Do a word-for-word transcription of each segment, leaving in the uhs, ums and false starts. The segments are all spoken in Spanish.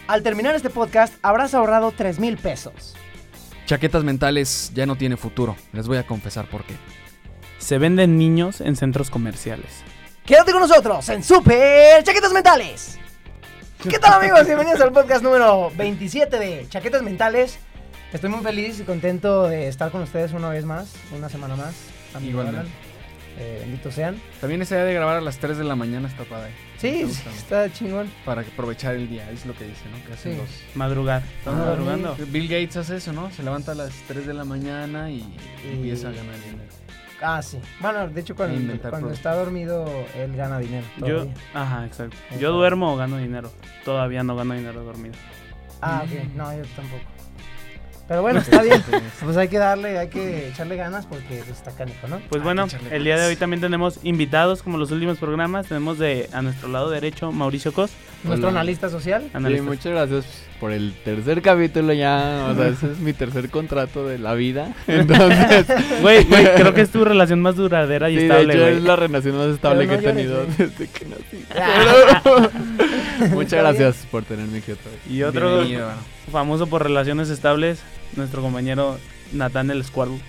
al terminar este podcast habrás ahorrado tres mil pesos. Chaquetas mentales ya no tiene futuro. Les voy a confesar por qué. Se venden niños en centros comerciales. Quédate con nosotros en Super Chaquetas Mentales. ¿Qué tal, amigos? Bienvenidos al podcast número veintisiete de Chaquetas Mentales. Estoy muy feliz y contento de estar con ustedes una vez más, una semana más. Igualmente. Eh, benditos sean. También esa idea de grabar a las tres de la mañana está padre. Sí, sí, está chingón. Para aprovechar el día, es lo que dice, ¿no? Que hacen Sí. los... Madrugar. ¿Estamos Ah, madrugando? Bill Gates hace eso, ¿no? Se levanta a las tres de la mañana y, y... empieza a ganar dinero. Ah, sí. Bueno, de hecho, cuando, Inventar cuando productos. está dormido, él gana dinero. Yo, todavía. ajá, exacto. Exacto. Yo duermo o gano dinero. Todavía no gano dinero dormido. Ah, ok. No, yo tampoco. Pero bueno, está bien. Pues hay que darle, hay que echarle ganas porque está cánico, ¿no? Pues Ah, bueno, échale el día de ganas. hoy también tenemos invitados, como los últimos programas. Tenemos de a nuestro lado derecho Mauricio Cos. Nuestro Hola. analista social. Sí, analista. muchas gracias por el tercer capítulo ya, o sea, ese es mi tercer contrato de la vida, entonces, Güey, güey, creo que es tu relación más duradera y sí, de estable, hecho güey. es la relación más estable Pero que no he tenido llores, desde que nací. Ah. Muchas gracias por tenerme aquí otra vez. Y otro Bienvenido. famoso por relaciones estables, nuestro compañero Nathaniel Squirtle.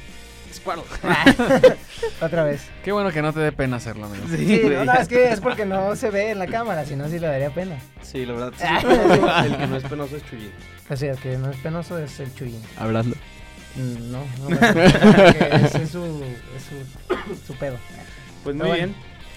Otra vez. Qué bueno que no te dé pena hacerlo, amigo. Sí, güey. no, no, es que es porque no se ve en la cámara, si no, sí le daría pena. Sí, la verdad, sí. Ah. El que no es penoso es Chuyín. Así es que no es penoso, es el Chuyín. Hablando. Mm, No, no, porque ese es su, es su, su pedo. Pues Pero muy bueno. bien.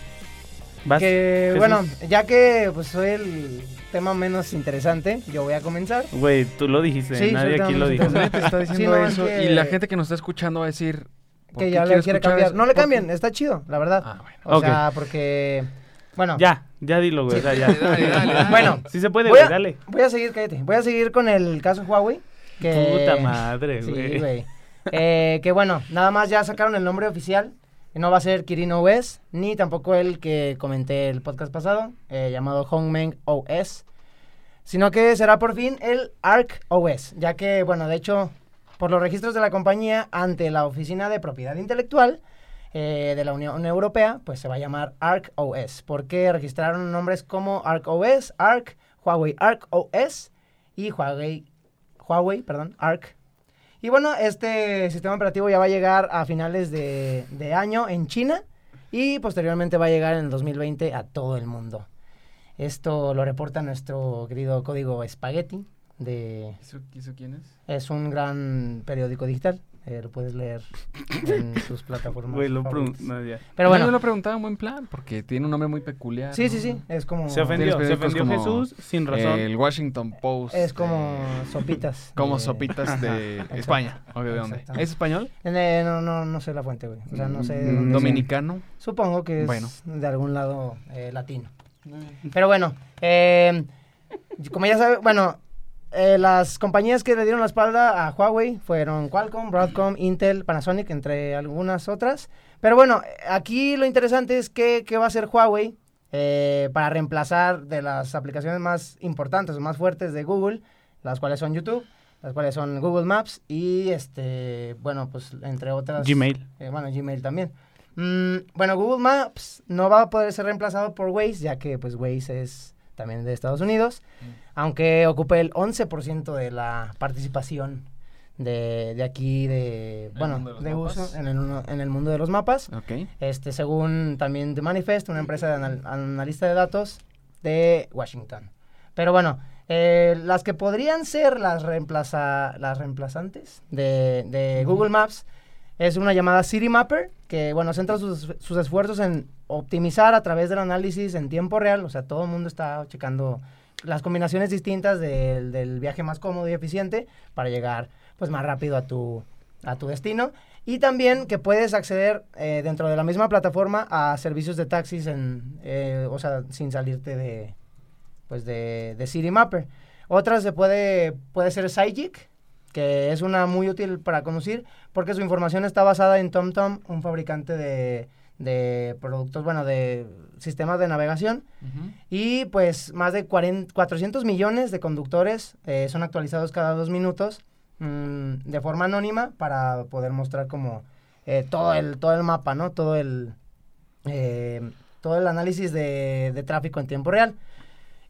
Vas, Que Jesús. bueno, ya que pues soy el tema menos interesante, yo voy a comenzar. Güey, tú lo dijiste, Sí, nadie soy aquí el lo tema dijo. menos Nadie te está Sí, diciendo no, es eso que- y la gente que nos está escuchando va a decir... ¿por Que qué ya le quiere quiere escuchar cambiar. eso? No le ¿Por qué? cambien, está chido, la verdad. Ah, bueno. O Ok. sea, porque... Bueno, Ya, ya dilo, güey, Sí. ya, ya. Dale, dale, dale. Bueno, Sí se puede, voy güey, a, dale. voy a seguir, cállate. Voy a seguir con el caso Huawei. Que... Puta madre, Sí, güey. güey. Eh, que bueno, nada más ya sacaron el nombre oficial. Y no va a ser Kirin O S, ni tampoco el que comenté el podcast pasado, eh, llamado Hongmeng O S. Sino que será por fin el Arc O S. Ya que, bueno, de hecho, por los registros de la compañía ante la Oficina de Propiedad Intelectual eh, de la Unión Europea, pues se va a llamar Arc O S. Porque registraron nombres como Arc O S, Arc, Huawei Arc O S y Huawei, Huawei, perdón, Arc. Y bueno, este sistema operativo ya va a llegar a finales de, de año en China y posteriormente va a llegar en el dos mil veinte a todo el mundo. Esto lo reporta nuestro querido Código Spaghetti, de, ¿Eso, eso quién es? es un gran periódico digital, eh, lo puedes leer en sus plataformas Güey, lo favoritas. pregun- no, ya. Pero Yo bueno, lo preguntaba en buen plan, porque tiene un nombre muy peculiar. sí, ¿no? sí, sí, es como... Se ofendió, Tienes se periódicos ofendió como, Jesús sin razón. El Washington Post. Es como eh, sopitas. como de- sopitas de Exacto. España. ¿O de dónde? Exacto. ¿Es español? Eh, no, no, no sé la fuente, güey. O sea, no sé de Mm, dónde sea. ¿Dominicano? Supongo que es Bueno. de algún lado eh, latino. Pero bueno, eh, como ya saben, bueno, eh, las compañías que le dieron la espalda a Huawei fueron Qualcomm, Broadcom, Intel, Panasonic, entre algunas otras. Pero bueno, aquí lo interesante es que, qué va a hacer Huawei eh, para reemplazar de las aplicaciones más importantes o más fuertes de Google, las cuales son YouTube, las cuales son Google Maps y, este, bueno, pues entre otras... Gmail. Eh, bueno, Gmail también. Mm, bueno, Google Maps no va a poder ser reemplazado por Waze, ya que pues Waze es también de Estados Unidos, Mm. aunque ocupe el once por ciento de la participación de, de aquí, de, el bueno, mundo de los de mapas. uso en el, uno- en el mundo de los mapas. Ok. Este, según también The Manifest, una empresa de anal- analista de datos de Washington. Pero bueno, eh, las que podrían ser las, reemplaza, las reemplazantes de, de Google Maps es una llamada City Mapper, que bueno, centra sus, sus esfuerzos en optimizar a través del análisis en tiempo real, o sea, todo el mundo está checando las combinaciones distintas del, del viaje más cómodo y eficiente para llegar pues más rápido a tu, a tu destino. Y también que puedes acceder eh, dentro de la misma plataforma a servicios de taxis, en, eh, o sea, sin salirte de, pues de, de City Mapper. Otra se puede, puede ser Sygic, que es una muy útil para conducir porque su información está basada en TomTom, un fabricante de, de productos, bueno, de sistemas de navegación. Ujú. Y pues más de cuarenta, cuatrocientos millones de conductores eh, son actualizados cada dos minutos mmm, de forma anónima para poder mostrar como eh, todo el todo el mapa, ¿no? Todo el eh, todo el análisis de, de tráfico en tiempo real.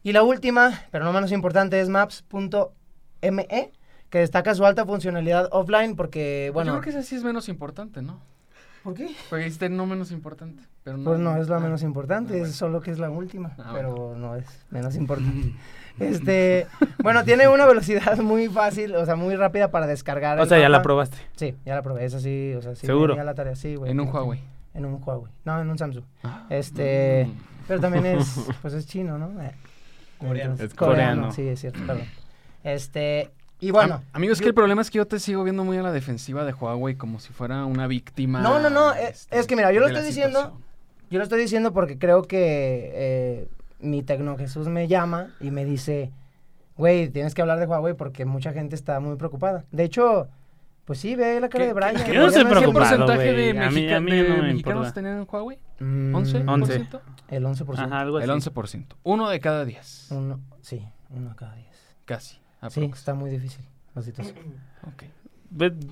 Y la última, pero no menos importante, es maps punto me, que destaca su alta funcionalidad offline porque, Bueno, bueno... yo creo que esa sí es menos importante, ¿no? ¿Por qué? Porque dijiste no menos importante. Pero no, Pues no es la ah, menos importante, ah, bueno. es solo que es la última, Ah, pero bueno. no es menos importante. Este, bueno, tiene una velocidad muy fácil, o sea, muy rápida para descargar. O el sea, ya la mapa. probaste. Sí, ya la probé, esa sí, o sea, sí. ¿Seguro? Ya la tarea, sí, güey. En un sí, Huawei. En un Huawei. No, en un Samsung. Ah. Este, Mm. pero también es, pues es chino, ¿no? Eh, Coreano. entonces, Es coreano. Sí, es cierto, perdón. Este, y bueno. Am- amigos, es yo- que el problema es que yo te sigo viendo muy a la defensiva de Huawei como si fuera una víctima. No, no, no, eh, este, es que mira, yo lo de la estoy diciendo, situación. yo lo estoy diciendo porque creo que eh, mi Tecno Jesús me llama y me dice, güey, tienes que hablar de Huawei porque mucha gente está muy preocupada. De hecho, pues sí, ve la cara ¿Qué- de Brian. qué- Yo no ya estoy me ¿Qué siento- preocupado, porcentaje güey. de, A mí- mexica- a mí de no me mexicanos importa. tenían en Huawei? Mm, ¿once por Once. ciento? El once por ciento. Ajá, algo así. El once por ciento. Uno de cada diez. Uno, sí, uno a cada diez. Casi. Sí, aprox. está muy difícil la situación. Ok. Ve- Güey,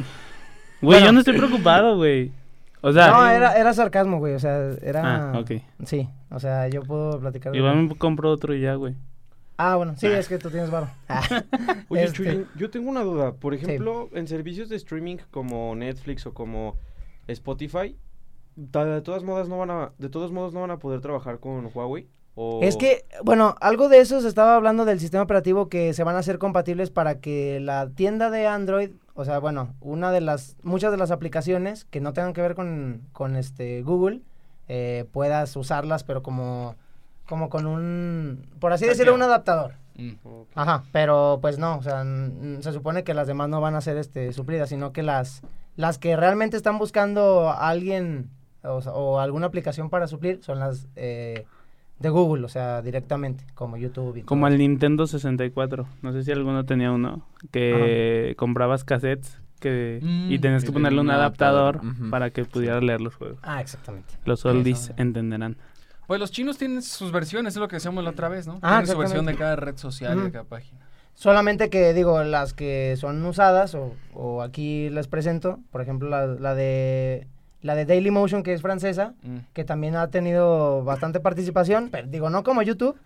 Bueno. yo no estoy preocupado, güey. O sea, No, era, era sarcasmo, güey, o sea, era... Ah, ok. Sí, o sea, yo puedo platicar... de- igual me compro otro y ya, güey. Ah, bueno, sí, es que tú tienes varo. Oye, Este- Chuyín, yo tengo una duda. Por ejemplo, en servicios de streaming como Netflix o como Spotify, ta- de todas modas no van a, de todos modos no van a poder trabajar con Huawei. O... Es que, bueno, algo de eso se estaba hablando del sistema operativo que se van a hacer compatibles para que la tienda de Android, o sea, bueno, una de las, muchas de las aplicaciones que no tengan que ver con, con este Google, eh, puedas usarlas, pero como, como con un, por así decirlo, Hackeo. un adaptador. Mm. Ok. Ajá, pero pues no, o sea, n- se supone que las demás no van a ser este suplidas, sino que las, las que realmente están buscando a alguien o, sea, o alguna aplicación para suplir son las eh, de Google, o sea, directamente, como YouTube y todo Como el eso. Nintendo sesenta y cuatro. No sé si alguno tenía uno. Que comprabas cassettes que Mm. y tenías que Y ponerle un un adaptador, adaptador, ujú. para que pudieras leer los juegos. Ah, exactamente. Los Eso, oldies eh. entenderán. Pues los chinos tienen sus versiones, es lo que decíamos la otra vez, ¿no? Ah, Tienen su versión exactamente. de cada red social y Ujú. de cada página. Solamente que, digo, las que son usadas, o, o aquí les presento, por ejemplo, la, la de la de Dailymotion, que es francesa, Mm. que también ha tenido bastante participación, pero digo, no como YouTube,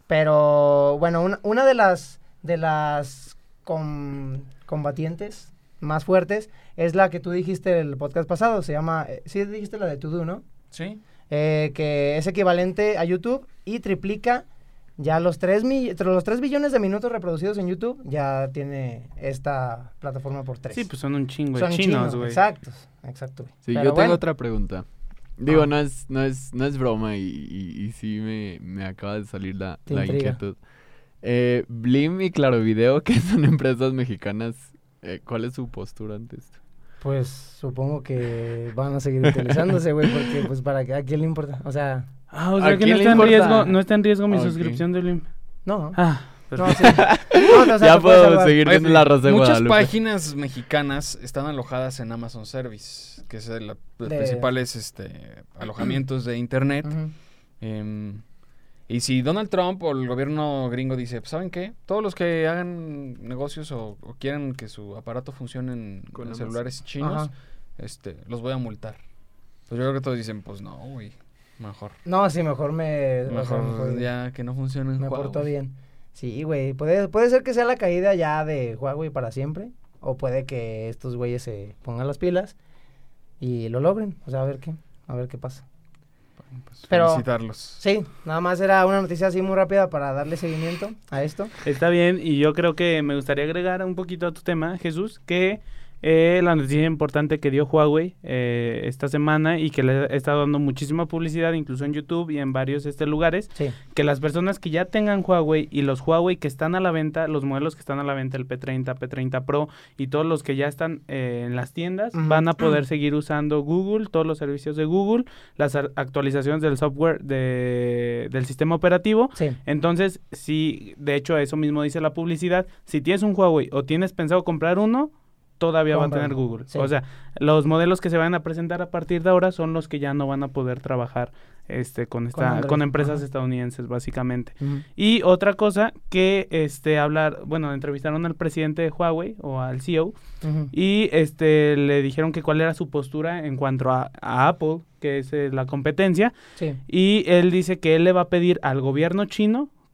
pero bueno, una, una de las de las com- combatientes más fuertes es la que tú dijiste el podcast pasado, se llama, eh, sí dijiste la de To Do, ¿no? Sí. Eh, que es equivalente a YouTube y triplica ya los tres, mi- los tres billones de minutos reproducidos en YouTube, ya tiene esta plataforma por tres. Sí, pues son un chingo de Son chinos, güey. exactos, exacto. güey. Sí, Pero yo tengo bueno, otra pregunta. Digo, Ah. no es, no es, no es broma y, y, y sí me, me acaba de salir la, Te la intriga. inquietud. Eh, Blim y Claro Video, que son empresas mexicanas, eh, ¿cuál es su postura ante esto? Pues supongo que van a seguir utilizándose, güey, porque pues para qué, a quién le importa, o sea, Ah, o sea ¿A que quién no le está en importa? riesgo, no está en riesgo mi Ok. suscripción de Blim. no. Ah, No, perfecto. sí. No, o sea, Ya te puedes puedo salvar. seguir Oye, viendo la Rosa de muchas Guadalupe. páginas mexicanas están alojadas en Amazon Service, que es el, los De- principales este, alojamientos de internet. Ujú. Em, y si Donald Trump o el gobierno gringo dice, pues, ¿saben qué? Todos los que hagan negocios o, o quieran que su aparato funcione en, Con en Amazon. celulares chinos, Ajá. este, los voy a multar. Pues yo creo que todos dicen, pues no, güey, mejor. No, sí, mejor me... o sea, Mejor mejor ya que no funcione en me Huawei. porto bien. Sí, güey, puede, puede ser que sea la caída ya de Huawei para siempre, o puede que estos güeyes se pongan las pilas y lo logren, o sea, a ver qué, a ver qué pasa. Pues, Pero- felicitarlos. Sí, nada más era una noticia así muy rápida para darle seguimiento a esto. Está bien, y yo creo que me gustaría agregar un poquito a tu tema, Jesús, que eh, la noticia importante que dio Huawei eh, esta semana y que le ha estado dando muchísima publicidad, incluso en YouTube y en varios este, lugares, Sí, que las personas que ya tengan Huawei y los Huawei que están a la venta, los modelos que están a la venta, el P treinta, P treinta Pro y todos los que ya están eh, en las tiendas, Ujú. van a poder seguir usando Google, todos los servicios de Google, las ar- actualizaciones del software de, del sistema operativo. sí. Entonces, si de hecho eso mismo dice la publicidad, si tienes un Huawei o tienes pensado comprar uno, todavía va a Cómpralo. tener Google. Sí. O sea, los modelos que se van a presentar a partir de ahora son los que ya no van a poder trabajar este con esta Android. con empresas Ajá. estadounidenses básicamente. Ujú. Y otra cosa que este hablar, bueno, entrevistaron al presidente de Huawei o al C E O Ujú. y este le dijeron que cuál era su postura en cuanto a, a Apple, que es eh, la competencia, Sí. y él dice que él le va a pedir al gobierno chino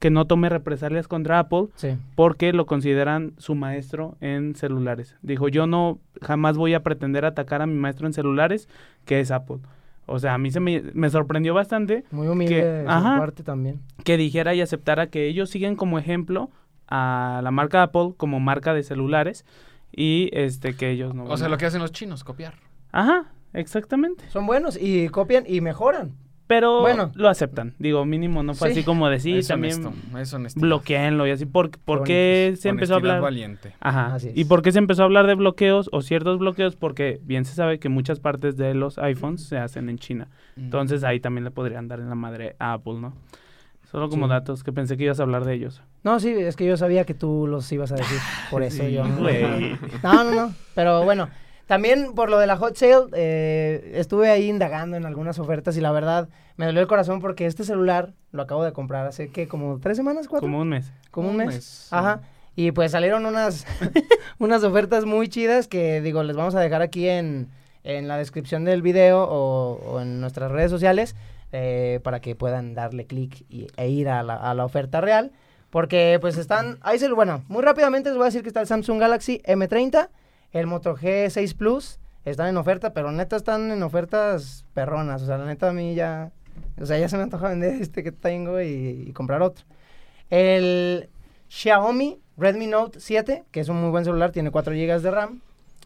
que no tome represalias contra Apple Sí. porque lo consideran su maestro en celulares. Dijo, yo no jamás voy a pretender atacar a mi maestro en celulares, que es Apple. O sea, a mí se me, me sorprendió bastante Muy humilde Que- de su ajá. parte también. que dijera y aceptara que ellos siguen como ejemplo a la marca Apple como marca de celulares y este que ellos no O van sea, a- lo que hacen los chinos, copiar. Ajá, exactamente. Son buenos y copian y mejoran. Pero Bueno. lo aceptan. Digo, mínimo no fue Sí. así como decir es también honesto, es honestidad. bloqueenlo y así. ¿Por, por Qué qué bonitos. se empezó a Honestidad hablar? valiente. Ajá. Así es. ¿Y por qué se empezó a hablar de bloqueos o ciertos bloqueos? Porque bien se sabe que muchas partes de los iPhones se hacen en China. Entonces ahí también le podrían dar en la madre a Apple, ¿no? Solo como Sí. datos que pensé que ibas a hablar de ellos. No, sí, es que yo sabía que tú los ibas a decir. Por eso Sí, yo. No, güey. no, no, no. Pero bueno, también por lo de la hot sale, eh, estuve ahí indagando en algunas ofertas y la verdad me dolió el corazón porque este celular lo acabo de comprar hace que como tres semanas, cuatro. Como un mes. Como un Un mes. mes, sí. Ajá. Y pues salieron unas, unas ofertas muy chidas que digo, les vamos a dejar aquí en, en la descripción del video o, o en nuestras redes sociales eh, para que puedan darle clic y- e ir a la, a la oferta real. Porque pues están, ahí se, bueno, muy rápidamente les voy a decir que está el Samsung Galaxy eme treinta, el Moto G seis Plus, están en oferta, pero neta están en ofertas perronas. O sea, la neta a mí ya, o sea, ya se me antoja vender este que tengo y, y comprar otro. El Xiaomi Redmi Note siete, que es un muy buen celular, tiene cuatro gigas de RAM.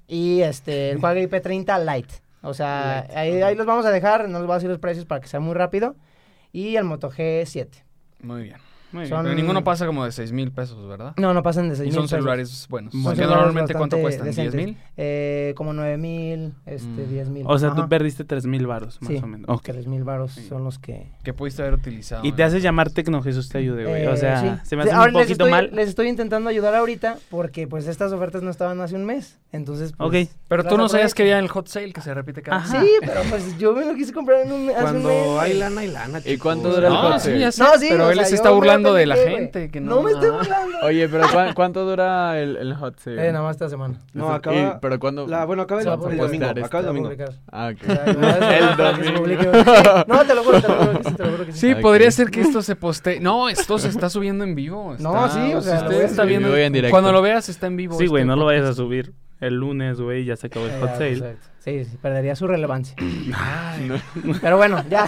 Y este, el Huawei P treinta Lite. O sea, Lite, ahí, ok. ahí los vamos a dejar, no les voy a decir los precios para que sea muy rápido. Y el Moto G siete. Muy bien. Muy Son- Pero ninguno pasa como de seis mil pesos, ¿verdad? No, no pasan de seis Y mil son pesos. celulares buenos. Son Que celulares normalmente, ¿cuánto bastante cuestan? ¿diez decentes. mil? Eh, como nueve mil, este, Mm. diez mil. O sea, Ajá. tú perdiste tres mil varos, más Sí, o menos. Ok. tres mil varos Sí. son los que... Que pudiste haber utilizado. Y te en- haces llamar Tecno Jesús te ayude, güey. o Eh, sea, sí. se me Sí, hace ahora un les poquito estoy- mal. Les estoy intentando ayudar ahorita porque pues estas ofertas no estaban hace un mes. Entonces, pues... Ok. Pero las tú no sabías que aprovecho. había el hot sale que se repite cada Ajá. Sí, pero pues yo me lo quise comprar en un, hace un mes. Cuando hay güey. lana, hay lana, ¿Y chicos. cuánto dura el No, hot sí, sale? ya sé, No, sí, pero o él sea, se yo está me lo burlando de la pendejé, gente. güey. Que no, no, me estoy Ah. burlando. Oye, pero ¿cuá- ¿cuánto dura el, el hot sale? Eh, nada más esta semana. No, Eso- acaba- y- ¿Pero cuándo? La, bueno, acaba el, Se va a el publicar domingo. esto. Acaba el Lo voy a domingo. publicar. Ah, ok. O sea, no, eso El va para que se domingo. publique. Sí. No, te lo juro, te lo juro que sí, te lo juro que sí. Sí, Ok. podría ser que esto se postee. No, esto se está subiendo en vivo. No, está- sí, o sea, si lo usted voy a está subir. viendo. Voy en directo. Cuando lo veas, está en vivo. Sí, güey, este no lo vayas a podcast. subir el lunes, güey, ya se acabó el Ya, hot sale. perfecto. Sí, sí, perdería su relevancia. Ay, Pero bueno, ya.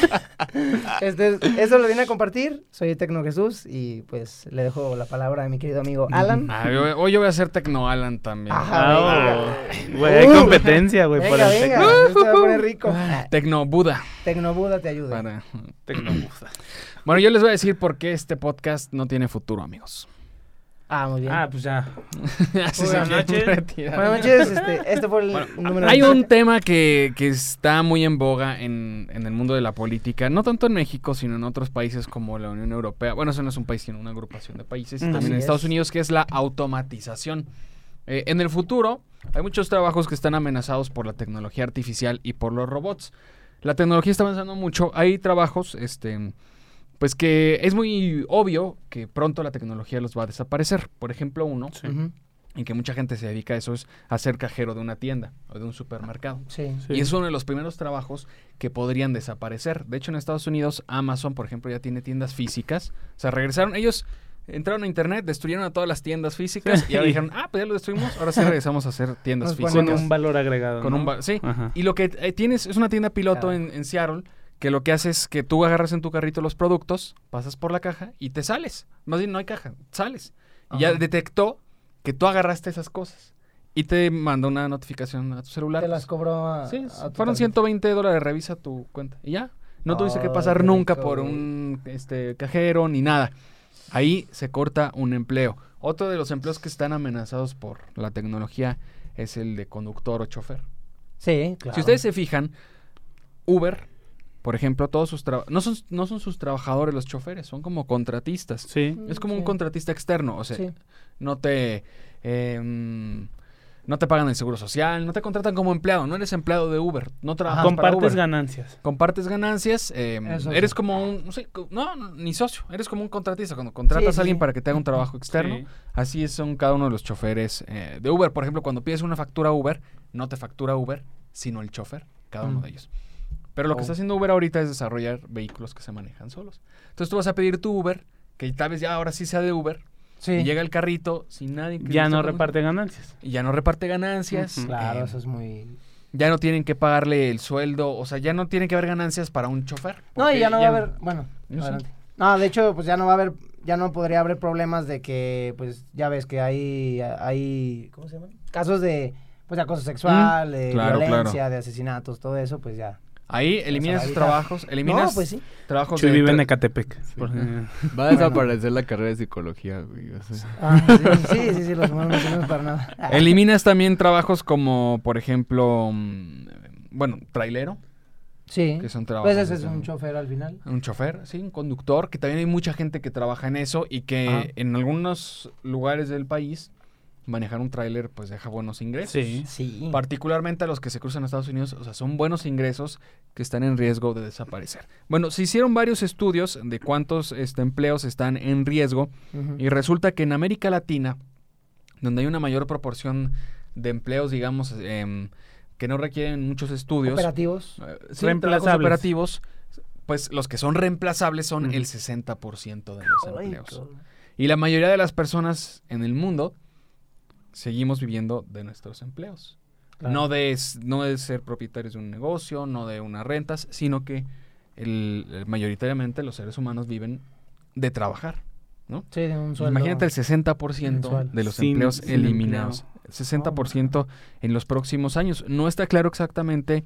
Este, eso lo vine a compartir. Soy Tecno Jesús y pues le dejo la palabra a mi querido amigo Alan. Ah, yo- hoy yo voy a ser Tecno Alan también. Ajá. Ah, oh. Güey, hay Uh. competencia, güey, por Venga, el venga, Tecno. esto va a poner rico. Tecno Buda. Tecno Buda te ayuda. Para... Tecno Bueno, yo les voy a decir por qué este podcast no tiene futuro, amigos. Ah, muy bien. Ah, pues ya. Así Buenas se noches. retira. Buenas noches, este, este fue el Bueno, número hay veintisiete. un tema que, que está muy en boga en, en el mundo de la política, no tanto en México, sino en otros países como la Unión Europea. Bueno, eso no es un país, sino una agrupación de países. Y Mm. también Así en Estados es. Unidos, que es la automatización. Eh, en el futuro, hay muchos trabajos que están amenazados por la tecnología artificial y por los robots. La tecnología está avanzando mucho. Hay trabajos, este... pues que es muy obvio que pronto la tecnología los va a desaparecer. Por ejemplo, uno, Sí. Ujú, en que mucha gente se dedica a eso, es a ser cajero de una tienda o de un supermercado. Sí. Sí. Y es uno de los primeros trabajos que podrían desaparecer. De hecho, en Estados Unidos, Amazon, por ejemplo, ya tiene tiendas físicas. O sea, regresaron, ellos entraron a internet, destruyeron a todas las tiendas físicas y ahora dijeron, ah, pues ya lo destruimos, ahora sí regresamos a hacer tiendas Nos físicas. ponen Con un valor agregado. Con ¿no? un va- sí. Ajá. Y lo que eh, tienes es una tienda piloto Claro. en, en Seattle que lo que hace es que tú agarras en tu carrito los productos, pasas por la caja y te sales. Más bien no hay caja, sales. Y ya Ajá. detectó que tú agarraste esas cosas y te manda una notificación a tu celular. Te las cobró a, Sí, a tu fueron tarjeta. ciento veinte dólares, revisa tu cuenta. Y ya, no tuviste que Ay, pasar qué nunca rico, por güey. un este, cajero ni nada. Ahí se corta un empleo. Otro de los empleos que están amenazados por la tecnología es el de conductor o chofer. Sí, claro. Si ustedes se fijan, Uber, por ejemplo, todos sus traba- no son no son sus trabajadores los choferes, son como contratistas. Sí. Es como un Sí. contratista externo, o sea, Sí. no te eh, mm, no te pagan el seguro social, no te contratan como empleado, no eres empleado de Uber, no trabajas para Compartes Uber. ganancias. Compartes ganancias, eh, Eso eres sí. como un, no sé, co- no, no, ni socio, eres como un contratista, cuando contratas Sí, a alguien sí. para que te haga un trabajo externo, Sí. así son cada uno de los choferes eh, de Uber. Por ejemplo, cuando pides una factura a Uber, no te factura Uber, sino el chofer, cada uno Mm. de ellos. Pero lo que Oh. está haciendo Uber ahorita es desarrollar vehículos que se manejan solos. Entonces tú vas a pedir tu Uber, que tal vez ya ahora sí sea de Uber, Sí. y llega el carrito sin nadie que Ya le no está- reparte ganancias. y ya no reparte ganancias. Ujú. Claro, eh, eso es muy... Ya no tienen que pagarle el sueldo, o sea, ya no tienen que haber ganancias para un chofer. No, porque y ya no va a haber... Bueno, No sé. adelante. No, de hecho, pues ya no va a haber... Ya no podría haber problemas de que, pues, ya ves que hay... hay ¿cómo se llama? Casos de, pues, de acoso sexual, de claro, violencia, claro. de asesinatos, todo eso, pues ya... Ahí eliminas esos Saladita. trabajos, eliminas No, pues sí. trabajos Chuy de... vive en tra- Ecatepec. por si- Va a desaparecer la carrera de psicología, güey. O sea. Ah, sí, sí, sí, sí, los humanos no sirven para nada. Ah. Eliminas también trabajos como, por ejemplo, mm, bueno, trailero, Sí. que son trabajos... Pues ese es de- un chofer al final. Un chofer, sí, un conductor, que también hay mucha gente que trabaja en eso y que Ajá. en algunos lugares del país manejar un tráiler pues deja buenos ingresos. Sí. Sí. Particularmente a los que se cruzan a Estados Unidos, o sea, son buenos ingresos que están en riesgo de desaparecer. Bueno, se hicieron varios estudios de cuántos este, empleos están en riesgo Ujú. y resulta que en América Latina, donde hay una mayor proporción de empleos, digamos, em, que no requieren muchos estudios, Operativos. eh, sí, Reemplazables. trabajos operativos, pues los que son reemplazables son Ujú. el sesenta por ciento de los Ay, empleos. cabrón. Y la mayoría de las personas en el mundo seguimos viviendo de nuestros empleos. Claro. No, de, s- no de ser propietarios de un negocio, no de unas rentas, sino que el, el- mayoritariamente los seres humanos viven de trabajar. Sí, de un sueldo. Imagínate el sesenta por ciento mensual. de los Sin- empleos sin eliminados. El sesenta por ciento en los próximos años. No está claro exactamente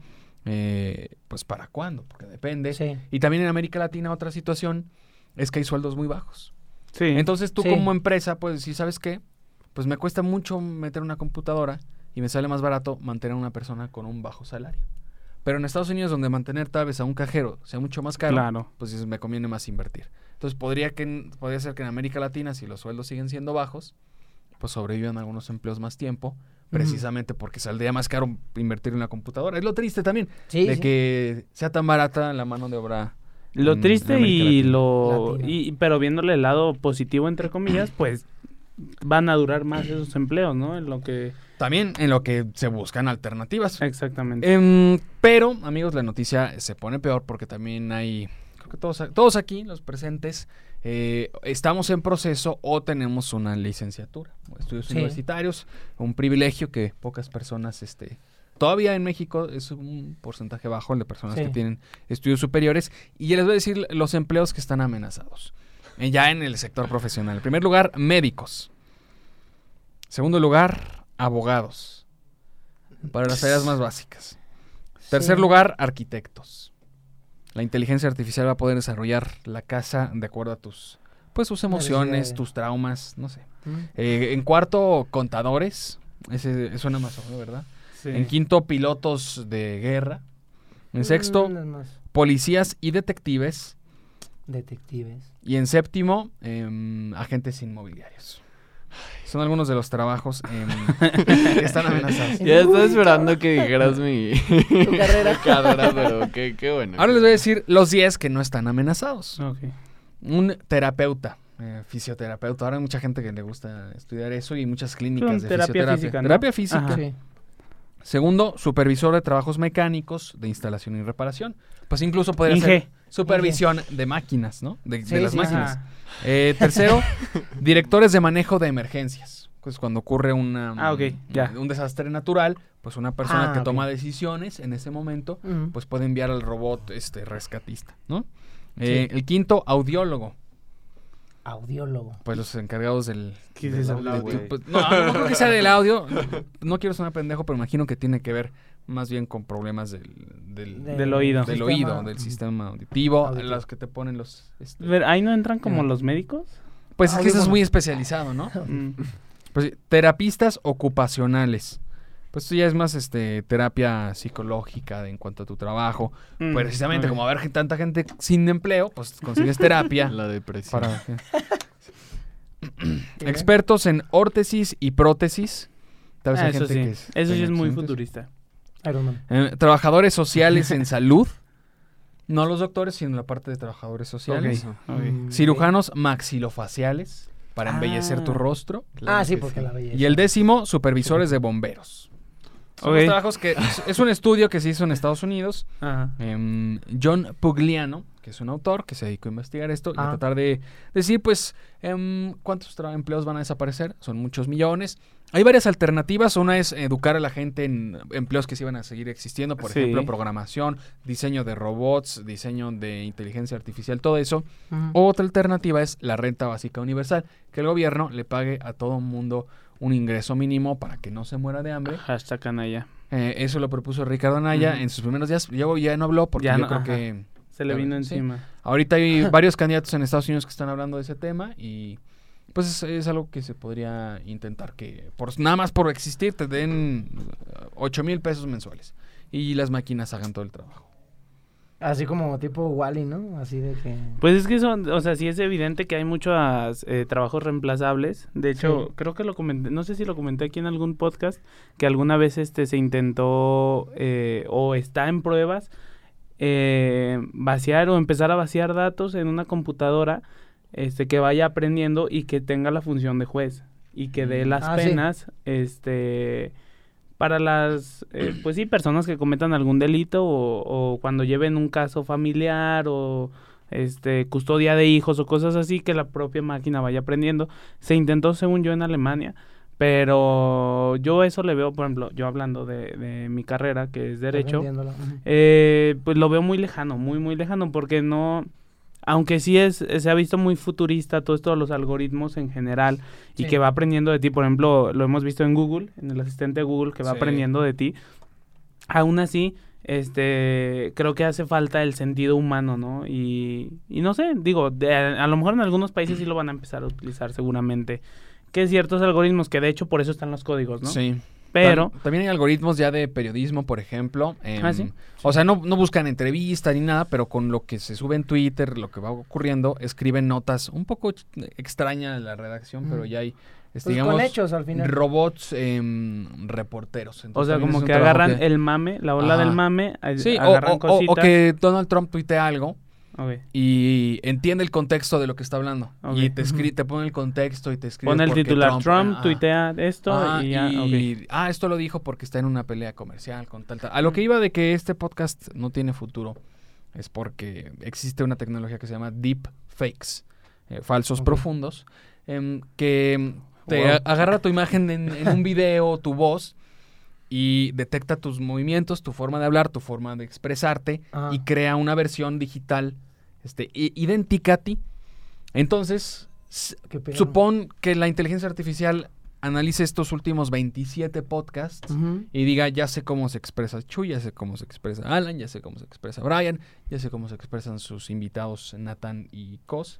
eh, pues para cuándo, porque depende. Sí. Y también en América Latina otra situación es que hay sueldos muy bajos. Sí. Entonces tú Sí. como empresa puedes decir, ¿sabes qué? Pues me cuesta mucho meter una computadora y me sale más barato mantener a una persona con un bajo salario. Pero en Estados Unidos, donde mantener tal vez a un cajero sea mucho más caro, Claro. pues dices, me conviene más invertir. Entonces podría, que, en- podría ser que en América Latina, si los sueldos siguen siendo bajos, pues sobrevivan algunos empleos más tiempo, precisamente porque saldría más caro invertir en una computadora. Es lo triste también, Sí, de sí. que sea tan barata la mano de obra. Lo en- triste en América y Latina. lo... Latina. Y, pero viéndole el lado positivo, entre comillas, pues van a durar más esos empleos, ¿no? En lo que... También en lo que se buscan alternativas. Exactamente. Em, pero, amigos, la noticia se pone peor porque también hay, creo que todos, todos aquí, los presentes, eh, estamos en proceso o tenemos una licenciatura, o estudios Sí. universitarios, un privilegio que pocas personas, este, todavía en México es un porcentaje bajo el de personas Sí. que tienen estudios superiores. Y ya les voy a decir los empleos que están amenazados, eh, ya en el sector profesional. En primer lugar, médicos. Segundo lugar, abogados, para las tareas más básicas. Tercer Sí. lugar, arquitectos. La inteligencia artificial va a poder desarrollar la casa de acuerdo a tus, pues, tus emociones, Necesidades. tus traumas, no sé. Mm. Eh, en cuarto, contadores. Ese suena más obvio, ¿verdad? Sí. En quinto, pilotos de guerra. En sexto, Mm, es más, policías y detectives. detectives. Y en séptimo, em, agentes inmobiliarios. Son algunos de los trabajos em, que están amenazados. Ya estaba esperando que dijeras mi Tu carrera. carrera, pero qué, qué bueno. Ahora les voy a decir los diez que no están amenazados. Ok. Un terapeuta, eh, fisioterapeuta. Ahora hay mucha gente que le gusta estudiar eso y muchas clínicas Son de terapia fisioterapia. física, ¿no? Terapia física. Ajá. Sí. Segundo, supervisor de trabajos mecánicos, de instalación y reparación. Pues incluso podría ser Inge. supervisión de máquinas, ¿no? De, de Sí, las sí, máquinas. Ajá. Eh, tercero, directores de manejo de emergencias. Pues cuando ocurre una, Ah, ok, ya. un desastre natural, pues una persona Ah, que ok. toma decisiones en ese momento, Mm. pues puede enviar al robot este rescatista, ¿no? Eh, El quinto, audiólogo. Audiólogo. Pues los encargados del... ¿Qué es del eso, audio, güey? de tu- pues, no, no, no creo que sea del audio. No quiero sonar pendejo, pero imagino que tiene que ver más bien con problemas del... Del, De- Del oído. del sistema- oído, del sistema auditivo, Auditivo. los que te ponen los... este, Ver, ahí no entran como Ajá. los médicos. pues es que eso es Audífonos. muy especializado, ¿no? Mm. Pues sí, terapistas ocupacionales. Pues esto ya es más este terapia psicológica de- en cuanto a tu trabajo. Mm, Precisamente ok. como va a haber tanta gente sin empleo, pues consigues terapia. La depresión. para Expertos en órtesis y prótesis. Tal vez Ah, hay eso gente sí. que es- Eso sí tenga es muy accidentes. futurista. Iron Man. Eh, trabajadores sociales en salud. No los doctores, sino la parte de trabajadores sociales. Ok, ok. Mm, Cirujanos maxilofaciales para embellecer tu Ah. rostro. Ah, sí, que porque la belleza. Y el décimo, supervisores de bomberos. Son los Ok. trabajos que... es- es un estudio que se hizo en Estados Unidos. Ajá. Em, John Pugliano, que es un autor que se dedicó a investigar esto y a Ah. tratar de decir, pues, em, cuántos tra- empleos van a desaparecer. Son muchos millones. Hay varias alternativas. Una es educar a la gente en empleos que sí van a seguir existiendo. Por Sí. ejemplo, programación, diseño de robots, diseño de inteligencia artificial, todo eso. Ujú. Otra alternativa es la renta básica universal, que el gobierno le pague a todo mundo un ingreso mínimo para que no se muera de hambre. Hashtag canalla. Eh, eso lo propuso Ricardo Anaya Ujú. en sus primeros días. Luego ya no habló porque Ya yo no, creo ajá. que Se le A vino ver, sí. encima. ahorita hay varios candidatos en Estados Unidos que están hablando de ese tema y pues es, es algo que se podría intentar que por nada más por existir te den ocho mil pesos mensuales y las máquinas hagan todo el trabajo. Así como tipo Wall-E, ¿no? Así de que... Pues es que son, o sea, sí es evidente que hay muchos eh, trabajos reemplazables. De hecho, Sí. creo que lo comenté, no sé si lo comenté aquí en algún podcast, que alguna vez este se intentó eh, o está en pruebas eh, vaciar o empezar a vaciar datos en una computadora este que vaya aprendiendo y que tenga la función de juez y que dé las Ah, sí. penas este para las eh, pues sí personas que cometan algún delito o, o cuando lleven un caso familiar o este custodia de hijos o cosas así que la propia máquina vaya aprendiendo. Se intentó según yo en Alemania, pero yo eso le veo, por ejemplo, yo hablando de, de mi carrera que es derecho, Aprendiéndolo. Ujú. eh, pues lo veo muy lejano, muy muy lejano porque no, aunque sí es se ha visto muy futurista todo esto de los algoritmos en general y Sí. que va aprendiendo de ti, por ejemplo, lo hemos visto en Google, en el asistente de Google que va Sí. aprendiendo de ti. Aún así, este, creo que hace falta el sentido humano, ¿no? Y, y no sé, digo, de- a, a lo mejor en algunos países sí lo van a empezar a utilizar seguramente, que ciertos algoritmos, que de hecho por eso están los códigos, ¿no? Sí. Pero, Tam- también hay algoritmos ya de periodismo, por ejemplo. em, Ah, ¿sí? O sea, no, no buscan entrevista ni nada, pero con lo que se sube en Twitter, lo que va ocurriendo, escriben notas un poco ch- extraña la redacción, Mm. pero ya hay, este, Pues digamos, con hechos al final. robots em, reporteros. o Entonces, sea, también como es un que trabajo agarran que- el mame, la ola Ajá. del mame, a- Sí, o, agarran o- o- cositas. o que Donald Trump tuitea algo Ok. y entiende el contexto de lo que está hablando. Ok. Y te, escri- Ujú. te pone el contexto y te escribe Pone el por qué titular, Trump, ah, tuitea esto ah, y ya, ok. y- ah, esto lo dijo porque está en una pelea comercial con tal, tal. A lo que iba de que este podcast no tiene futuro es porque existe una tecnología que se llama deep fakes, eh, falsos Ok. profundos, em, que em, te Wow. a- agarra tu imagen en, en un video, tu voz, y detecta tus movimientos, tu forma de hablar, tu forma de expresarte, Ah. y crea una versión digital este, i- idéntica a ti. Entonces, s- Qué pedo. supón que la inteligencia artificial analice estos últimos veintisiete podcasts Ujú. y diga, ya sé cómo se expresa Chuy, ya sé cómo se expresa Alan, ya sé cómo se expresa Brian, ya sé cómo se expresan sus invitados Nathan y Cos.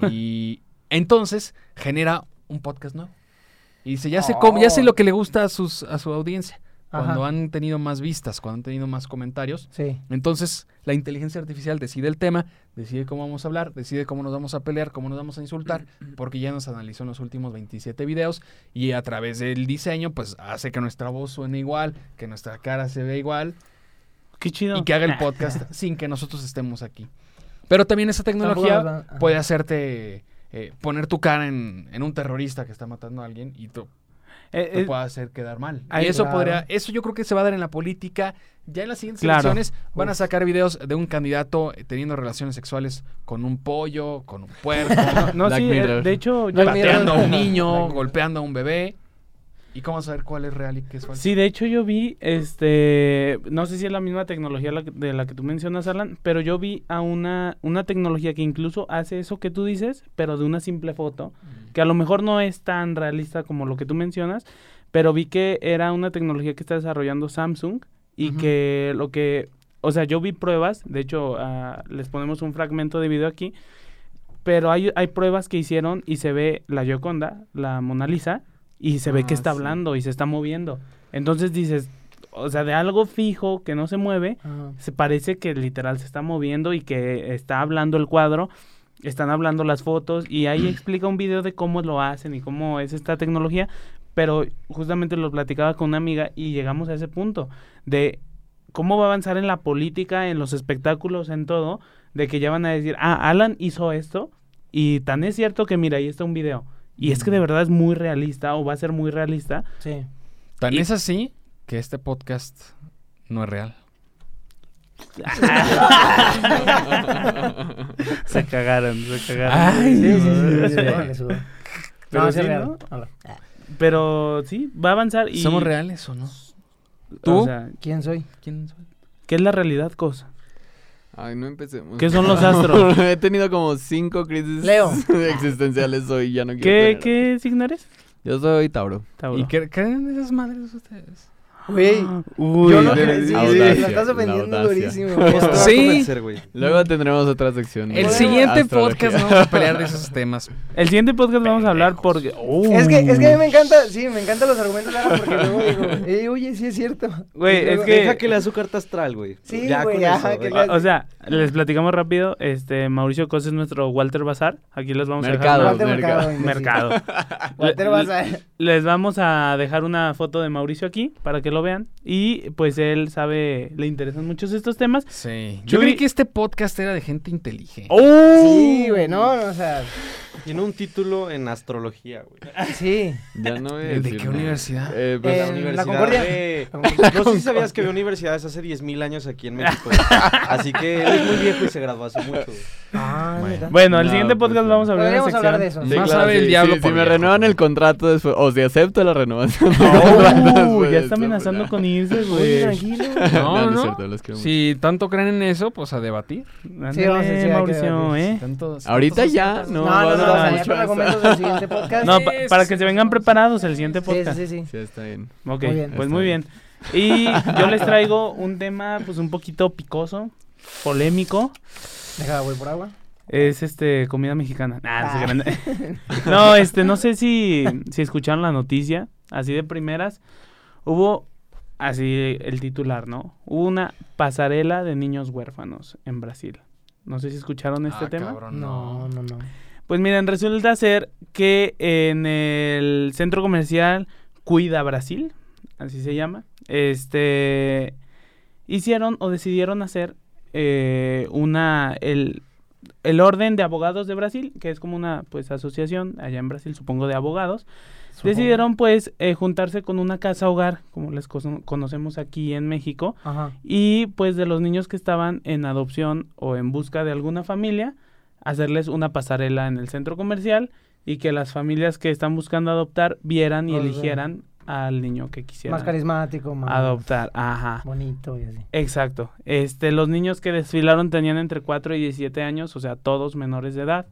Y entonces genera un podcast nuevo. Y dice, ya sé cómo, ya sé Oh. lo que le gusta a sus a su audiencia. Ajá. Cuando han tenido más vistas, cuando han tenido más comentarios. Sí. Entonces, la inteligencia artificial decide el tema, decide cómo vamos a hablar, decide cómo nos vamos a pelear, cómo nos vamos a insultar, porque ya nos analizó en los últimos veintisiete videos y a través del diseño, pues hace que nuestra voz suene igual, que nuestra cara se vea igual Qué chido. y que haga el podcast sin que nosotros estemos aquí. Pero también esa tecnología Tampoco nos va- puede ajá. hacerte eh, poner tu cara en, en un terrorista que está matando a alguien y tú Eh, te eh, puede hacer quedar mal. Ahí- y eso Claro. podría, eso yo creo que se va a dar en la política. Ya en las siguientes Claro. elecciones van a Uf. sacar videos de un candidato eh, teniendo relaciones sexuales con un pollo, con un puerco, no, Black sí, eh, Mirror. de hecho, yo- Black pateando a un Mirror. niño, Black Mirror. golpeando a un bebé. ¿Y cómo saber cuál es real y qué es falso? sí, de hecho yo vi, este, no sé si es la misma tecnología la que- de la que tú mencionas, Alan, pero yo vi a una, una tecnología que incluso hace eso que tú dices, pero de una simple foto, que a lo mejor no es tan realista como lo que tú mencionas, pero vi que era una tecnología que está desarrollando Samsung y Ujú. que lo que, o sea, yo vi pruebas, de hecho, ah, les ponemos un fragmento de video aquí, pero hay, hay pruebas que hicieron y se ve la Gioconda, la Mona Lisa, y se ve que Ah, está sí. hablando y se está moviendo. Entonces dices, o sea, de algo fijo que no se mueve, Ajá. se parece que literal se está moviendo y que está hablando el cuadro, están hablando las fotos y ahí explica un video de cómo lo hacen y cómo es esta tecnología, pero justamente lo platicaba con una amiga y llegamos a ese punto de cómo va a avanzar en la política, en los espectáculos, en todo, de que ya van a decir, ah, Alan hizo esto y tan es cierto que mira, ahí está un video. Y es que de verdad es muy realista o va a ser muy realista. Sí. Tan y- es así que este podcast no es real. Se cagaron, se cagaron. Ay, Sí, sí, sí, no. sí, le sudó, le sudó. Pero No, sí, sí es real. ¿no? Hola. Pero sí, va a avanzar y... ¿Somos reales o no? ¿Tú? ¿Tú? O sea, ¿Quién soy? ¿Quién soy? ¿qué es la realidad, cosa? Ay, no empecemos. ¿Qué son los astros? He tenido como cinco crisis Leo. existenciales hoy, ya no quiero ¿Qué, tener. ¿Qué signo eres? Yo soy Tauro. Tauro. ¿Y qué creen esas madres ustedes? Güey. Uy, Yo no de- creo. Sí, sí, audacia, la estás la ofendiendo audacia. durísimo. Esto te va a Sí. convencer, güey. Luego tendremos otra sección. El de siguiente astrología. podcast no vamos a pelear de esos temas. El siguiente podcast vamos a hablar porque... Uh, Es que, es que a mí me encanta, sí, me encantan los argumentos de Alan porque luego digo, "Ey, oye, sí es cierto". Güey, Y luego- es que- Deja que lea su carta astral, güey. Sí, Ya güey, con ajá, eso, que güey. le- O, o sea, les platicamos rápido. Este, Mauricio Cos es nuestro Walter Bazar. Aquí les vamos Mercado, a dejar Walter mercado. Mercado. una... imbécil. mercado. Walter Le- vas a... Les vamos a dejar una foto de Mauricio aquí para que lo vean. Y pues él sabe, le interesan muchos estos temas. Sí. Chuy- Yo creí que este podcast era de gente inteligente. ¡Oh! Sí, güey, no, no, o sea, Tiene un título en astrología, güey. sí. Ya no voy a ¿De decir qué nada. universidad? Eh, pues, Eh, La En universidad la Concordia. de- La No sé si sabías que había universidades hace diez mil años aquí en México. Así que él es muy viejo y se graduó hace mucho. güey. Ah, Bueno. neta. Bueno, el No, siguiente pues, podcast no. vamos a hablar de Podríamos hablar de sección. eso. Más sabe el diablo si, por si me viejo. renuevan el contrato después, o si acepto la renovación. del Oh, contrato después ya de está esto, amenazando pues, con irse, Oye, güey. tranquilo. No, no, no. es cierto, los quiero mucho. Si tanto creen en eso, pues a debatir. Ándale, Sí, vamos a decir, hay que Mauricio, debatir. ¿eh? Tanto- si Ahorita tantos ya, aciertos- no. No, va no, a no, durar o sea, ya mucho con eso. argumentos del siguiente podcast. No, Sí, pa- sí, para sí, que sí, se vengan vamos. preparados el siguiente Sí, podcast. sí, sí, sí. Sí, está bien. Ok, Muy bien. pues Está muy bien. bien. Y yo les traigo un tema pues un poquito picoso, polémico. Deja, voy por agua. Es este comida mexicana. Nah, no, se Ah. crean. No, este, no sé si, si escucharon la noticia, así de primeras. Hubo así el titular, ¿no? Hubo una pasarela de niños huérfanos en Brasil. No sé si escucharon este Ah, tema. cabrón, No, no, no. Pues miren, resulta ser que en el centro comercial Cuida Brasil, así se llama, este, hicieron o decidieron hacer eh, una, el, el Orden de Abogados de Brasil, que es como una, pues, asociación allá en Brasil, supongo, de abogados, Supongo. decidieron, pues, eh, juntarse con una casa hogar, como les cono- conocemos aquí en México, Ajá. y, pues, de los niños que estaban en adopción o en busca de alguna familia, hacerles una pasarela en el centro comercial y que las familias que están buscando adoptar vieran y Los de- eligieran al niño que quisieran Más carismático, más adoptar. Ajá. bonito y así. Exacto. Este, los niños que desfilaron tenían entre cuatro y diecisiete años, o sea, todos menores de edad.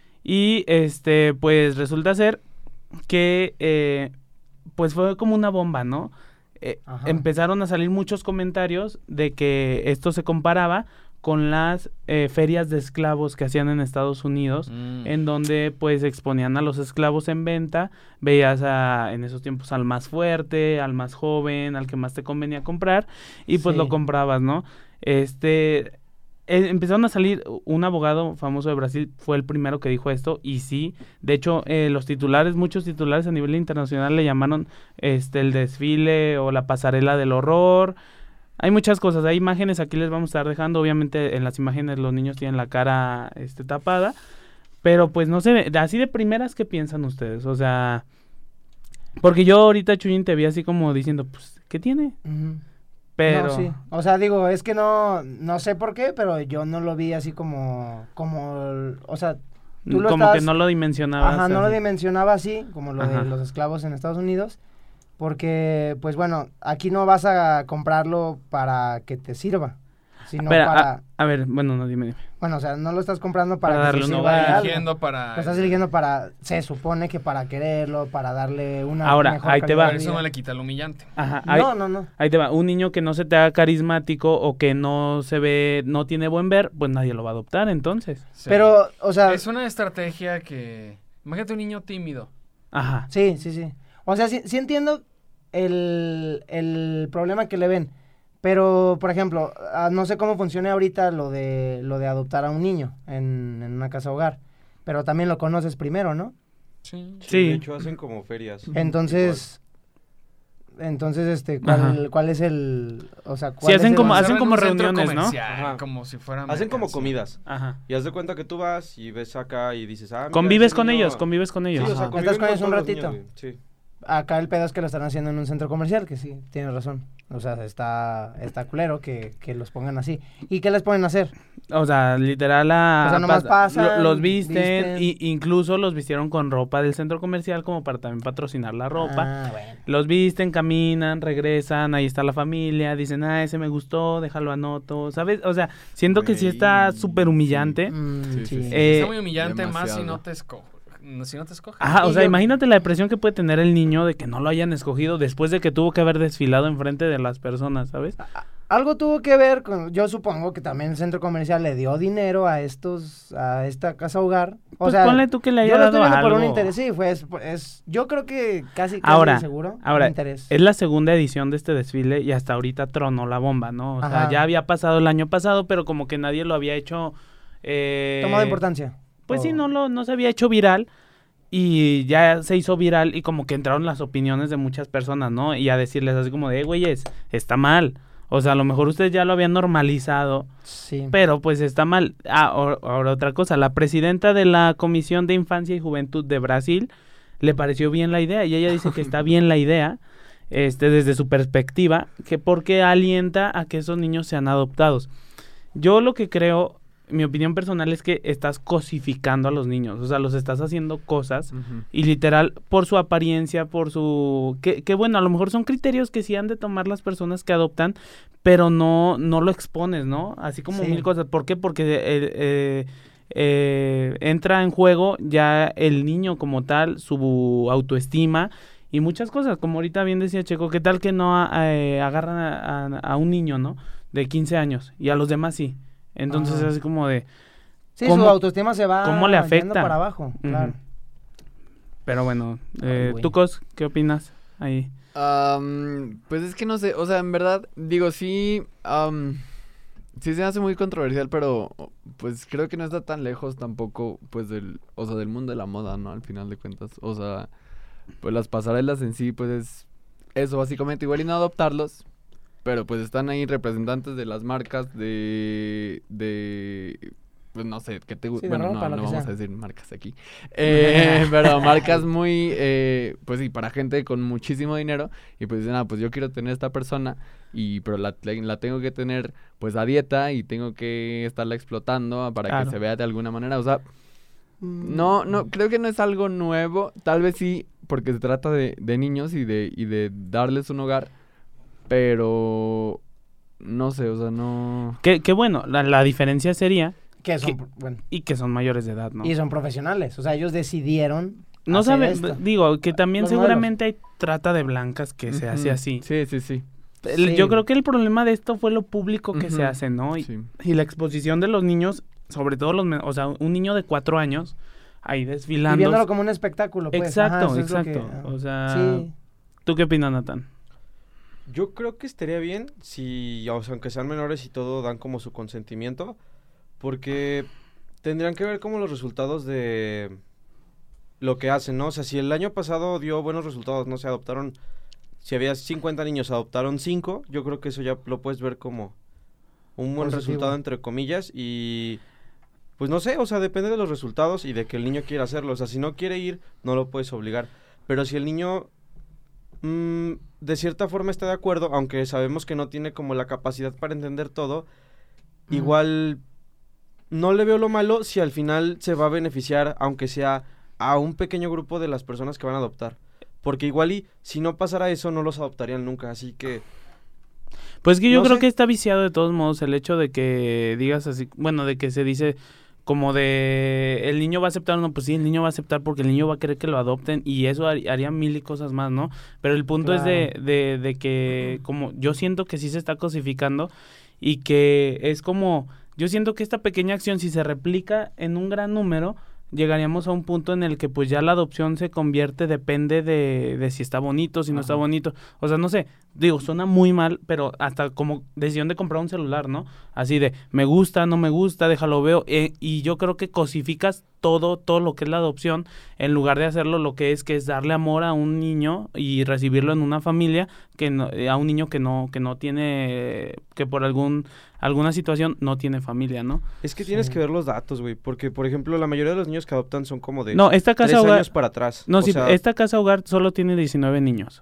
Y este, pues resulta ser que eh, pues fue como una bomba, ¿no? Eh, Ajá. empezaron a salir muchos comentarios de que esto se comparaba con las eh, ferias de esclavos que hacían en Estados Unidos, Mm. en donde pues exponían a los esclavos en venta, veías a, en esos tiempos al más fuerte, al más joven, al que más te convenía comprar, y pues Sí. lo comprabas, ¿no? Este, eh, empezaron a salir, un abogado famoso de Brasil fue el primero que dijo esto, y sí, de hecho, eh, los titulares, muchos titulares a nivel internacional le llamaron este el desfile o la pasarela del horror. Hay muchas cosas, hay imágenes, aquí les vamos a estar dejando, obviamente en las imágenes los niños tienen la cara este, tapada, pero pues no sé, así de primeras, ¿qué piensan ustedes? O sea, porque yo ahorita, Chuyín, te vi así como diciendo, pues, ¿qué tiene? Ujú. Pero, No, sí. O sea, digo, es que no, no sé por qué, pero yo no lo vi así como, como, el- o sea, tú lo como estás- que no lo dimensionabas. ajá, no lo así. dimensionaba así, como lo Ajá. de los esclavos en Estados Unidos, porque, pues bueno, aquí no vas a comprarlo para que te sirva, sino Espera, para, a, a ver, bueno, no, dime, dime. bueno, o sea, no lo estás comprando para, Para que darle te un sirva hogar. de algo. eligiendo para... Lo estás eligiendo para, se supone que para quererlo, para darle una Ahora, mejor ahí te calidad va. de Pero eso vida. no le quita lo humillante. Ajá, ahí, No, no, no. ahí te va, un niño que no se te haga carismático o que no se ve, no tiene buen ver, pues nadie lo va a adoptar, entonces. Sí. Pero, o sea, Es una estrategia que... Imagínate un niño tímido. Ajá. sí, sí, sí. O sea, sí, sí entiendo el, el problema que le ven. Pero, por ejemplo, ah, no sé cómo funciona ahorita lo de lo de adoptar a un niño en, en una casa hogar. Pero también lo conoces primero, ¿no? Sí. Sí. De hecho, hacen como ferias. Entonces, entonces, este, Ajá. ¿cuál, cuál es el, o sea, Sí, cuál hacen es el- como- Hacer hacen en como un centro reuniones, ¿no? comercial, Ajá. Como si fuera... Hacen como mercancía. comidas. Ajá. Y haz de cuenta que tú vas y ves acá y dices, ah, mira, Convives ese con niño- ellos, convives con Sí, ellos. o sea, Ajá. conviven Estás con ellos un todos los ratito. niños, güey. Sí. acá el pedo es que lo están haciendo en un centro comercial, que sí, tienes razón. O sea, está, está culero que, que los pongan así. ¿Y qué les ponen a hacer? O sea, literal a, O sea, nomás pas- pasan, lo- los visten, visten. y incluso los vistieron con ropa del centro comercial como para también patrocinar la ropa. Ah, bueno. Los visten, caminan, regresan, ahí está la familia, dicen, ah, ese me gustó, déjalo anoto, ¿sabes? O sea, siento que sí está Güey, súper humillante. Mm, Sí, sí, sí. sí. Eh, Está muy humillante, más si demasiado. no te escoge. Si no te escogen. Ajá, o Y sea, yo- imagínate la depresión que puede tener el niño de que no lo hayan escogido después de que tuvo que haber desfilado enfrente de las personas, ¿sabes? Algo tuvo que ver con, yo supongo que también el centro comercial le dio dinero a estos, a esta casa hogar. O Pues sea, ponle tú que le yo haya lo estoy dado viendo por un algo. interés, sí, fue, es, es- yo creo que casi, casi Ahora, seguro, ahora, un interés. Es la segunda edición de este desfile y hasta ahorita tronó la bomba, ¿no? O sea, Ajá. ya había pasado el año pasado, pero como que nadie lo había hecho... Eh, Tomado importancia. Pues sí, O- no, lo, no se había hecho viral y ya se hizo viral y como que entraron las opiniones de muchas personas, ¿no? Y a decirles así como de, eh, güeyes, está mal. O sea, a lo mejor ustedes ya lo habían normalizado, Sí. pero pues está mal. Ah, ahora, ahora otra cosa, la presidenta de la Comisión de Infancia y Juventud de Brasil le pareció bien la idea y ella dice que está bien la idea, este, desde su perspectiva, que porque alienta a que esos niños sean adoptados. Yo lo que creo, mi opinión personal es que estás cosificando a los niños, o sea, los estás haciendo cosas Ujú. y literal por su apariencia, por su... Que, que bueno, a lo mejor son criterios que sí han de tomar las personas que adoptan, pero no, no lo expones, ¿no? Así como Sí. mil cosas. ¿Por qué? Porque eh, eh, eh, entra en juego ya el niño como tal, su autoestima y muchas cosas. Como ahorita bien decía Checo, ¿qué tal que no eh, agarran a, a- a un niño, ¿no? De quince años y a los demás sí. Entonces Ajá. es así como de... Sí, ¿cómo- su autoestima se va cómo le yendo afecta? para abajo, claro. Ujú. Pero bueno, eh, Ay, güey. ¿tú, Cos, qué opinas ahí? Am, pues es que no sé, o sea, en verdad, digo, sí, am, sí se hace muy controversial, pero pues creo que no está tan lejos tampoco, pues del, o sea, del mundo de la moda, ¿no? Al final de cuentas, o sea, pues las pasarelas en sí, pues es eso básicamente, igual y no adoptarlos, pero pues están ahí representantes de las marcas de, de, pues no sé, que te Sí, gusta, de bueno, ropa, no, lo no que vamos sea. a decir marcas aquí, eh, pero marcas muy, eh, pues sí, para gente con muchísimo dinero, y pues dicen, ah, pues yo quiero tener esta persona, y pero la, la tengo que tener pues a dieta, y tengo que estarla explotando para Claro. que se vea de alguna manera, o sea, Mm, no, no, creo que no es algo nuevo, tal vez sí, porque se trata de, de niños y de, y de darles un hogar, pero no sé, o sea, no... Que, que bueno, la, la diferencia sería Que son, ¿Qué? bueno, y que son mayores de edad, ¿no? y son profesionales, o sea, ellos decidieron No hacer saben, esto. digo, que también Los seguramente hay trata de blancas que se hace Ujú. así. Sí, sí, sí. El- Sí. Yo creo que el problema de esto fue lo público que se Ujú. hace, ¿no? Y, Sí. y la exposición de los niños, sobre todo los, men- o sea, un niño de cuatro años ahí Y desfilando. viéndolo como un espectáculo, pues. Exacto, Ajá, eso es lo exacto. que- O sea, sí. ¿tú qué opinas, Nathan? Yo creo que estaría bien si, o sea, aunque sean menores y todo, dan como su consentimiento, porque tendrían que ver como los resultados de lo que hacen, ¿no? O sea, si el año pasado dio buenos resultados, no sé, adoptaron, si había cincuenta niños, adoptaron cinco, yo creo que eso ya lo puedes ver como un buen Positivo. resultado, entre comillas, y pues no sé, o sea, depende de los resultados y de que el niño quiera hacerlo, o sea, si no quiere ir, no lo puedes obligar, pero si el niño mm, de cierta forma está de acuerdo, aunque sabemos que no tiene como la capacidad para entender todo, Ujú. igual no le veo lo malo si al final se va a beneficiar, aunque sea a un pequeño grupo de las personas que van a adoptar. Porque igual y si no pasara eso, no los adoptarían nunca, así que... Pues que yo No creo sé. que está viciado de todos modos el hecho de que digas así, bueno, de que se dice como de el niño va a aceptar, no, pues sí, el niño va a aceptar porque el niño va a querer que lo adopten y eso har- haría mil y cosas más, ¿no? Pero el punto es de, de, de que como yo siento que sí se está cosificando y que es como, yo siento que esta pequeña acción si se replica en un gran número, llegaríamos a un punto en el que pues ya la adopción se convierte, depende de, de si está bonito, si no está Ajá. bonito. O sea, no sé, digo, suena muy mal, pero hasta como decisión de comprar un celular, ¿no? Así de, me gusta, no me gusta, déjalo veo. eh, y yo creo que cosificas todo, todo lo que es la adopción, en lugar de hacerlo lo que es, que es darle amor a un niño y recibirlo en una familia, que no- eh, a un niño que no, que no tiene, que por algún alguna situación, no tiene familia, ¿no? Es que tienes Sí. que ver los datos, güey, porque, por ejemplo, la mayoría de los niños que adoptan son como de No, esta tres casa hogar, años para atrás. no, O sí, sea, esta casa hogar solo tiene diecinueve niños.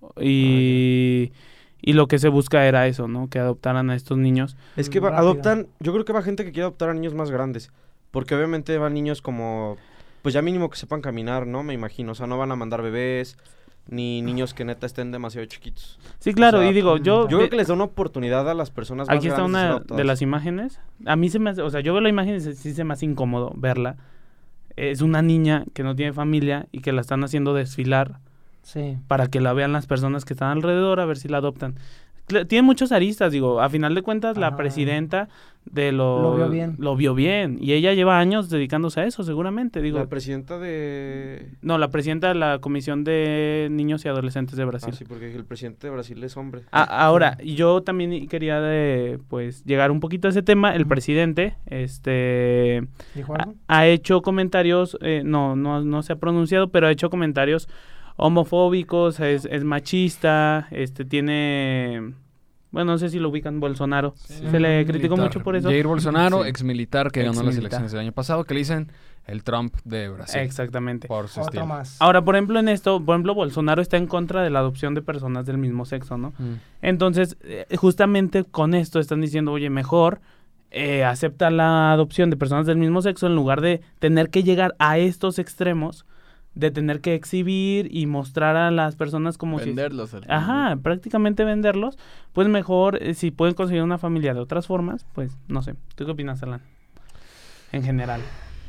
Y, y lo que se busca era eso, ¿no? Que adoptaran a estos niños. es que Mm, va- rápido. adoptan, yo creo que va gente que quiere adoptar a niños más grandes, porque obviamente van niños como, pues ya mínimo que sepan caminar, ¿no? Me imagino, o sea, no van a mandar bebés, ni niños que neta estén demasiado chiquitos. Sí, claro, O sea, y digo, mm, yo... Yo creo que les da una oportunidad a las personas más Aquí está grandes de ser una adoptadas. de las imágenes. A mí se me hace, o sea, yo veo la imagen y se- sí se me hace incómodo verla. Es una niña que no tiene familia y que la están haciendo desfilar Sí. para que la vean las personas que están alrededor a ver si la adoptan. Cla- Tiene muchos aristas, digo, a final de cuentas la Ajá. presidenta de lo... Lo vio bien. Lo vio bien y ella lleva años dedicándose a eso, seguramente, digo. La presidenta de... No, la presidenta de la Comisión de Niños y Adolescentes de Brasil. Ah, sí, porque el presidente de Brasil es hombre. A- ahora, yo también quería de, pues llegar un poquito a ese tema. El Ujú. presidente, este, ¿Dijo ha, algo? ha hecho comentarios, eh, no, no, no se ha pronunciado, pero ha hecho comentarios homofóbicos, es, es machista, este, tiene, bueno, no sé si lo ubican, Bolsonaro. Se le criticó Militar. mucho por eso. Jair Bolsonaro, Sí. ex militar que ganó las Exmilitar. elecciones del año pasado, que le dicen el Trump de Brasil. Exactamente. Por su Otro estilo. más. Ahora, por ejemplo, en esto, por ejemplo, Bolsonaro está en contra de la adopción de personas del mismo sexo, ¿no? Mm. Entonces, eh, justamente con esto están diciendo, oye, mejor eh, acepta la adopción de personas del mismo sexo en lugar de tener que llegar a estos extremos, de tener que exhibir y mostrar a las personas como si... Venderlos. al final. Ajá, prácticamente venderlos. Pues mejor, eh, si pueden conseguir una familia de otras formas, pues no sé. ¿Tú qué opinas, Alan? En general.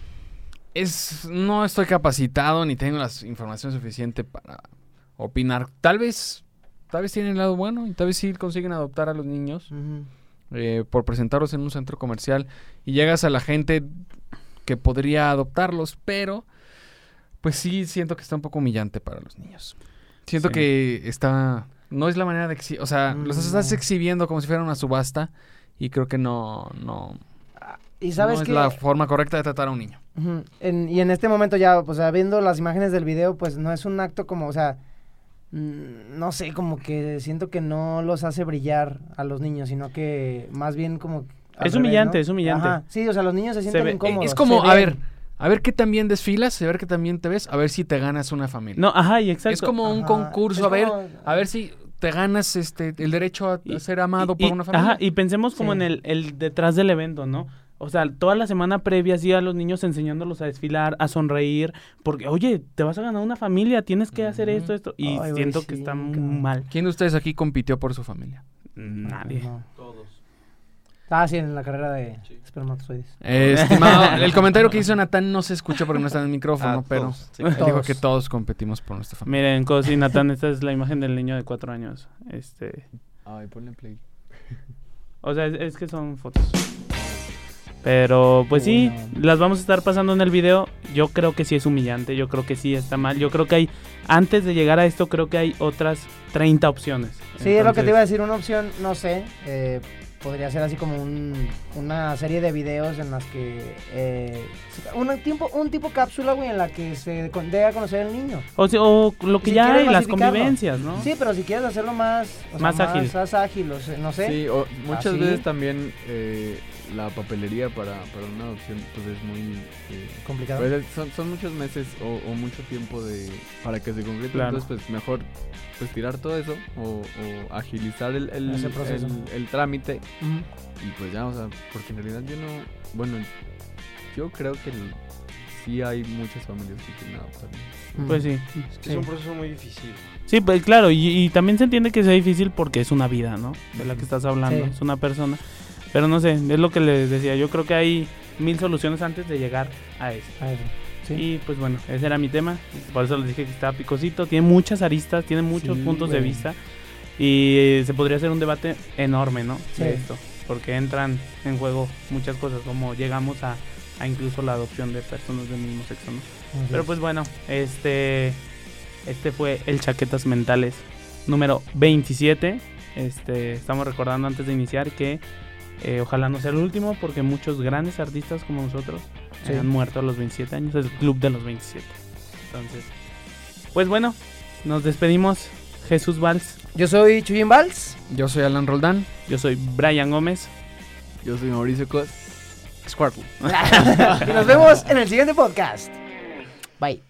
Es, no estoy capacitado ni tengo la información suficiente para opinar. Tal vez, tal vez tienen el lado bueno y tal vez sí consiguen adoptar a los niños Ujú. eh, por presentarlos en un centro comercial y llegas a la gente que podría adoptarlos, pero pues sí siento que está un poco humillante para los niños. Siento Sí. que está, no es la manera de exhibir, o sea, los Mm, estás no. exhibiendo como si fuera una subasta y creo que no, no, Y sabes no es que la forma correcta de tratar a un niño. Ujú. En- y en este momento ya, o sea, viendo las imágenes del video, pues no es un acto como, o sea, mm, no sé, como que siento que no los hace brillar a los niños, sino que más bien como... al Es revés, humillante, ¿no? es humillante. Ajá. Sí, o sea, los niños se sienten ve- incómodos. Es como, se a ven. ver, a ver qué tan bien desfilas, a ver qué tan bien te ves, a ver si te ganas una familia. No, ajá, y exacto. es como un Ajá. concurso, Es a ver, como- a ver si te ganas este el derecho a, Y- a ser amado Y- por y- una familia. Ajá, y pensemos como Sí. en el, el detrás del evento, ¿no? O sea, toda la semana previa así a los niños enseñándolos a desfilar, a sonreír, porque, oye, te vas a ganar una familia, tienes que hacer Ujú. esto, esto, y Ay, güey, siento que sí, está muy cabrón. mal. ¿Quién de ustedes aquí compitió por su familia? Nadie. No. Todos. Ah, sí, en la carrera de espermatozoides. Eh, estimado, el comentario que hizo Natán no se escucha porque no está en el micrófono, Ah, pero todos, sí. él dijo Todos. que todos competimos por nuestra familia. Miren, Cosi y Natán, esta es la imagen del niño de cuatro años. Este, Ay, ponle play. o sea, es, es que son fotos. Pero, pues sí, Bueno. las vamos a estar pasando en el video. Yo creo que sí es humillante, yo creo que sí está mal. Yo creo que hay, antes de llegar a esto, creo que hay otras treinta opciones. Sí, es lo que te iba a Entonces, decir, una opción, no sé, eh, podría ser así como un, una serie de videos en las que, eh, se- un, tipo, un tipo cápsula, güey, en la que se con- dé a conocer el niño. O, si- o lo que Si ya quieres hay, las masificarlo. convivencias, ¿no? Sí, pero si quieres hacerlo más, o sea, Más ágil. más ágil, o sea, no sé. Sí, o muchas Así. veces también eh, la papelería para, para una adopción pues es muy... eh, Complicado. pues, es- son, son muchos meses o, o mucho tiempo de para que se concrete. Claro. Entonces, pues mejor pues tirar todo eso o, o agilizar el, el, Ese proceso. el- el trámite Ujú. y pues ya, o sea, porque en realidad yo no... Bueno, yo creo que el- sí hay muchas familias que quieren adoptar. Pues sí. Es que Sí. es un proceso muy difícil. Sí, pues claro, y, y también se entiende que sea difícil porque es una vida, ¿no? De la que estás hablando, Sí. es una persona. Pero no sé, es lo que les decía, yo creo que hay mil soluciones antes de llegar a eso. A eso. Sí. Y pues bueno, ese era mi tema, por eso les dije que estaba picosito, tiene muchas aristas, tiene muchos Sí, puntos de güey. vista y eh, se podría hacer un debate enorme, ¿no? Sí. De esto, porque entran en juego muchas cosas, como llegamos a, a incluso la adopción de personas del mismo sexo, ¿no? Así Pero es. pues bueno, este este fue el Chaquetas Mentales número veintisiete. Este, estamos recordando antes de iniciar que eh, ojalá no sea el último porque muchos grandes artistas como nosotros Sí. eh, han muerto a los veintisiete años, es el club de los veintisiete. Entonces, pues bueno, nos despedimos. Jesús Valls, Yo soy Chuyín Valls. Yo soy Alan Roldán. yo soy Brian Gómez. Yo soy Mauricio Cos. Squirtle. Y nos vemos en el siguiente podcast. Bye.